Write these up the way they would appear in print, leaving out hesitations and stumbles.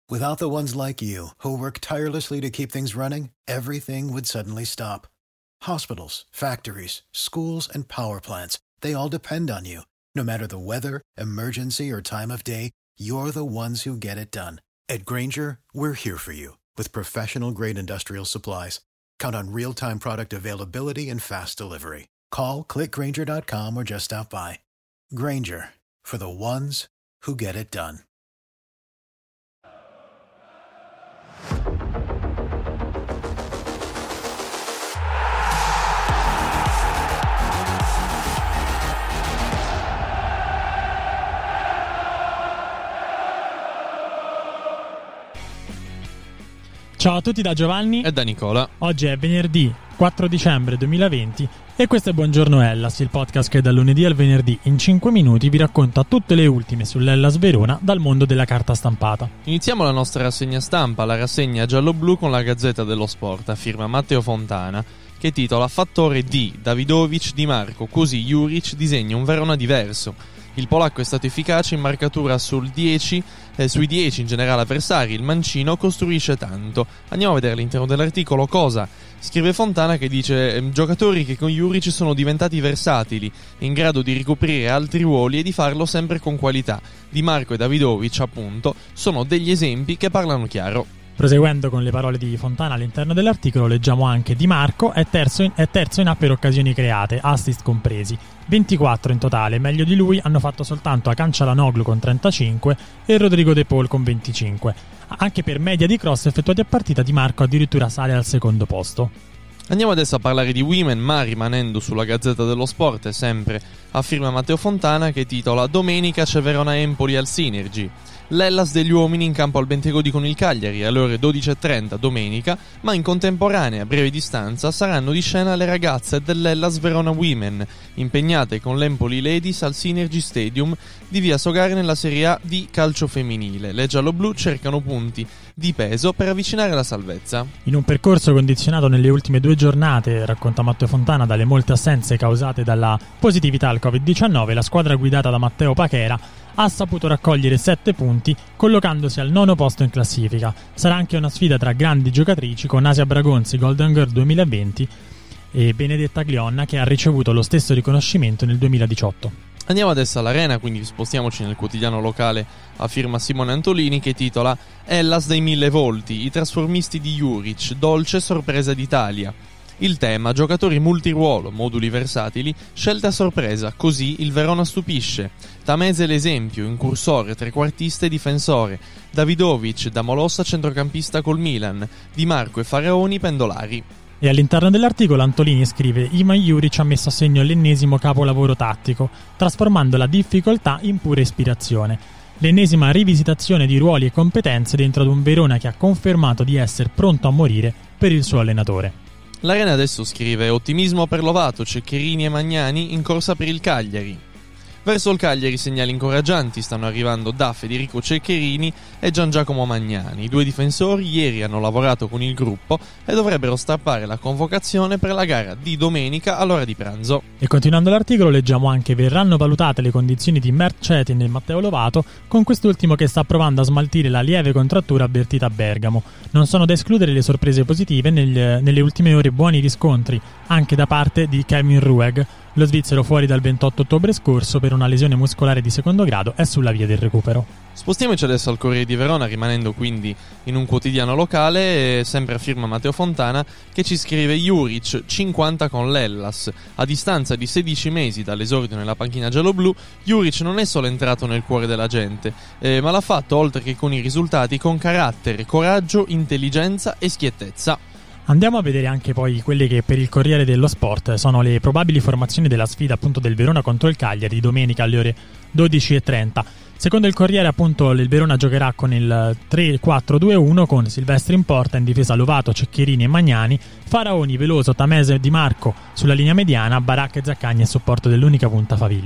Without the ones like you, who work tirelessly to keep things running, everything would suddenly stop. Hospitals, factories, schools, and power plants, they all depend on you. No matter the weather, emergency, or time of day, you're the ones who get it done. At Grainger, we're here for you with professional-grade industrial supplies. Count on real-time product availability and fast delivery. Call, click Grainger.com, or just stop by. Grainger, for the ones who get it done. Ciao a tutti da Giovanni e da Nicola. Oggi è venerdì 4 dicembre 2020 e questo è Buongiorno Hellas, il podcast che dal lunedì al venerdì in 5 minuti vi racconta tutte le ultime sull'Hellas Verona dal mondo della carta stampata. Iniziamo la nostra rassegna stampa, la rassegna giallo-blu con la Gazzetta dello Sport, a firma Matteo Fontana, che titola Fattore D, Davidovic, Di Marco, così Juric disegna un Verona diverso. Il polacco è stato efficace in marcatura sui 10 in generale avversari, il mancino costruisce tanto. Andiamo a vedere all'interno dell'articolo cosa scrive Fontana, che dice giocatori che con Juric sono diventati versatili, in grado di ricoprire altri ruoli e di farlo sempre con qualità. Di Marco e Davidovic, appunto, sono degli esempi che parlano chiaro. Proseguendo con le parole di Fontana all'interno dell'articolo, leggiamo anche Di Marco è terzo in A per occasioni create, assist compresi, 24 in totale, meglio di lui hanno fatto soltanto Hakan Çalhanoğlu con 35 e Rodrigo De Paul con 25. Anche per media di cross effettuati a partita Di Marco addirittura sale al secondo posto. Andiamo adesso a parlare di women, ma rimanendo sulla Gazzetta dello Sport, sempre a firma Matteo Fontana, che titola Domenica c'è Verona-Empoli al Synergy. L'Hellas degli uomini in campo al Bentegodi con il Cagliari alle ore 12:30 domenica, ma in contemporanea, a breve distanza, saranno di scena le ragazze dell'Hellas Verona Women, impegnate con l'Empoli Ladies al Synergy Stadium di via Sogari nella Serie A di calcio femminile. Le gialloblu cercano punti di peso per avvicinare la salvezza. In un percorso condizionato nelle ultime 2 giornate, racconta Matteo Fontana, dalle molte assenze causate dalla positività al Covid-19, la squadra guidata da Matteo Pachera ha saputo raccogliere 7 punti, collocandosi al 9° posto in classifica. Sarà anche una sfida tra grandi giocatrici, con Asia Bragonzi, Golden Girl 2020, e Benedetta Glionna, che ha ricevuto lo stesso riconoscimento nel 2018. Andiamo adesso all'Arena, quindi spostiamoci nel quotidiano locale a firma Simone Antolini, che titola Hellas dei 1000 volti, i trasformisti di Juric, dolce sorpresa d'Italia. Il tema, giocatori multiruolo, moduli versatili, scelta a sorpresa, così il Verona stupisce. Tamese l'esempio, incursore, trequartista e difensore. Davidovic, da Molossa centrocampista col Milan. Di Marco e Faraoni pendolari. E all'interno dell'articolo Antolini scrive Ivan Juric ha messo a segno l'ennesimo capolavoro tattico, trasformando la difficoltà in pura ispirazione. L'ennesima rivisitazione di ruoli e competenze dentro ad un Verona che ha confermato di essere pronto a morire per il suo allenatore. L'Arena adesso scrive ottimismo per Lovato, Ceccherini e Magnani in corsa per il Cagliari. Verso il Cagliari segnali incoraggianti, stanno arrivando da Federico Ceccherini e Gian Giacomo Magnani. I 2 difensori ieri hanno lavorato con il gruppo e dovrebbero strappare la convocazione per la gara di domenica all'ora di pranzo. E continuando l'articolo leggiamo anche verranno valutate le condizioni di Mert Cetin e Matteo Lovato, con quest'ultimo che sta provando a smaltire la lieve contrattura avvertita a Bergamo. Non sono da escludere le sorprese positive nelle ultime ore, buoni riscontri anche da parte di Kevin Rueg. Lo svizzero, fuori dal 28 ottobre scorso per una lesione muscolare di secondo grado, è sulla via del recupero. Spostiamoci adesso al Corriere di Verona, rimanendo quindi in un quotidiano locale, sempre a firma Matteo Fontana, che ci scrive Juric 50 con l'Hellas. A distanza di 16 mesi dall'esordio nella panchina gialloblu, Juric non è solo entrato nel cuore della gente, ma l'ha fatto, oltre che con i risultati, con carattere, coraggio, intelligenza e schiettezza. Andiamo a vedere anche poi quelle che per il Corriere dello Sport sono le probabili formazioni della sfida appunto del Verona contro il Cagliari di domenica alle ore 12:30. Secondo il Corriere appunto il Verona giocherà con il 3-4-2-1 con Silvestri in porta, in difesa Lovato, Ceccherini e Magnani, Faraoni, Veloso, Tamese e Di Marco sulla linea mediana, Baracca e Zaccagni a supporto dell'unica punta Favilli.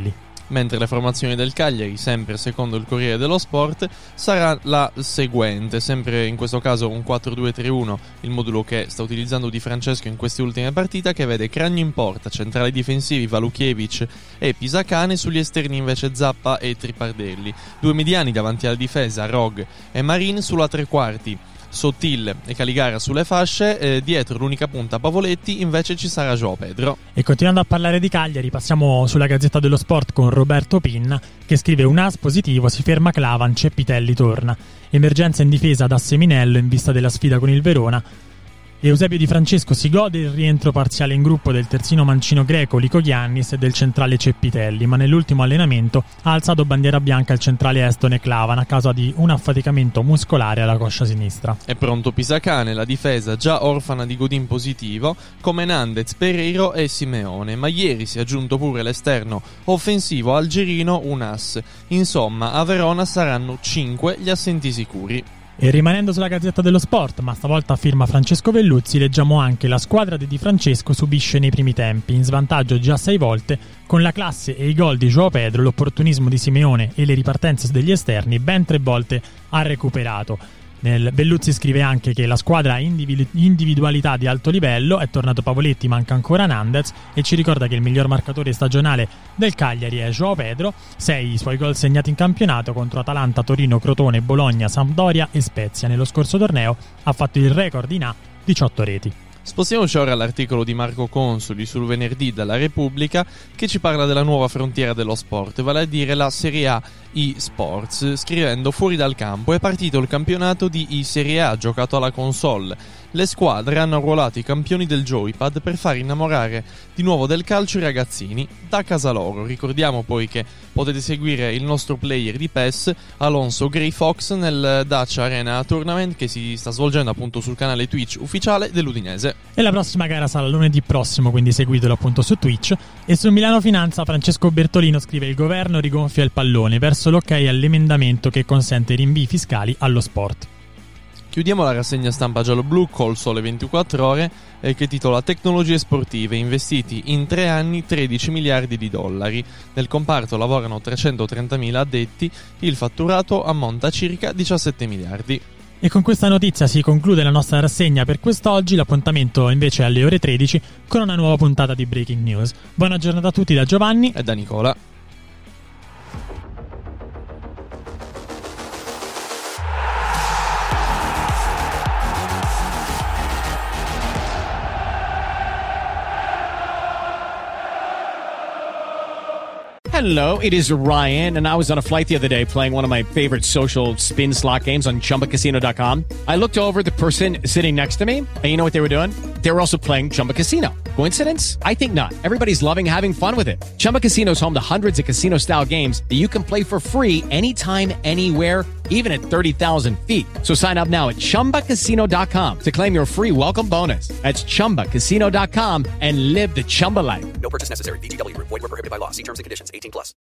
mentre la formazione del Cagliari, sempre secondo il Corriere dello Sport, sarà la seguente, sempre in questo caso un 4-2-3-1, il modulo che sta utilizzando Di Francesco in queste ultime partite, che vede Cragno in porta, centrali difensivi Valukiewicz e Pisacane, sugli esterni invece Zappa e Tripardelli, due mediani davanti alla difesa, Rog e Marin, sulla tre quarti Sottil e Caligara sulle fasce, dietro l'unica punta Pavoletti invece ci sarà João Pedro. E continuando a parlare di Cagliari, passiamo sulla Gazzetta dello Sport con Roberto Pinna, che scrive: un AS positivo, si ferma Clavan, Cepitelli torna, emergenza in difesa da Seminello in vista della sfida con il Verona. Eusebio Di Francesco si gode il rientro parziale in gruppo del terzino mancino greco Lico Giannis e del centrale Cepitelli, ma nell'ultimo allenamento ha alzato bandiera bianca il centrale estone Clavan a causa di un affaticamento muscolare alla coscia sinistra. È pronto Pisacane, la difesa già orfana di Godin positivo, come Nandez, Pereiro e Simeone, ma ieri si è aggiunto pure l'esterno offensivo algerino Unas. Insomma, a Verona saranno 5 gli assenti sicuri. E rimanendo sulla Gazzetta dello Sport, ma stavolta a firma Francesco Velluzzi, leggiamo anche: la squadra di Di Francesco subisce nei primi tempi, in svantaggio già 6 volte, con la classe e i gol di João Pedro, l'opportunismo di Simeone e le ripartenze degli esterni, ben 3 volte ha recuperato. Belluzzi scrive anche che la squadra ha individualità di alto livello, è tornato Pavoletti, manca ancora Nandez, e ci ricorda che il miglior marcatore stagionale del Cagliari è João Pedro, 6 i suoi gol segnati in campionato contro Atalanta, Torino, Crotone, Bologna, Sampdoria e Spezia. Nello scorso torneo ha fatto il record in A, 18 reti. Spostiamoci ora all'articolo di Marco Consoli sul Venerdì dalla Repubblica, che ci parla della nuova frontiera dello sport, vale a dire la Serie A eSports, scrivendo: fuori dal campo è partito il campionato di eSerie A giocato alla console. Le squadre hanno arruolato i campioni del Joypad per far innamorare di nuovo del calcio i ragazzini da casa loro. Ricordiamo poi che potete seguire il nostro player di PES, Alonso Grey Fox, nel Dacia Arena Tournament che si sta svolgendo appunto sul canale Twitch ufficiale dell'Udinese. E la prossima gara sarà lunedì prossimo, quindi seguitelo appunto su Twitch. E su Milano Finanza Francesco Bertolino scrive: il governo rigonfia il pallone verso l'ok all'emendamento che consente rinvii fiscali allo sport. Chiudiamo la rassegna stampa giallo-blu col Sole 24 Ore che titola: Tecnologie sportive, investiti in 3 anni 13 miliardi di dollari. Nel comparto lavorano 330.000 addetti, il fatturato ammonta a circa 17 miliardi. E con questa notizia si conclude la nostra rassegna per quest'oggi. L'appuntamento invece è alle ore 13 con una nuova puntata di Breaking News. Buona giornata a tutti da Giovanni e da Nicola. Hello, it is Ryan, and I was on a flight the other day playing one of my favorite social spin slot games on ChumbaCasino.com. I looked over at the person sitting next to me, and you know what they were doing? They were also playing Chumba Casino. Coincidence? I think not. Everybody's loving having fun with it. Chumba Casino is home to hundreds of casino-style games that you can play for free anytime, anywhere, even at 30,000 feet. So sign up now at ChumbaCasino.com to claim your free welcome bonus. That's ChumbaCasino.com and live the Chumba life. No purchase necessary. VGW. Void where prohibited by law. See terms and conditions. 18+.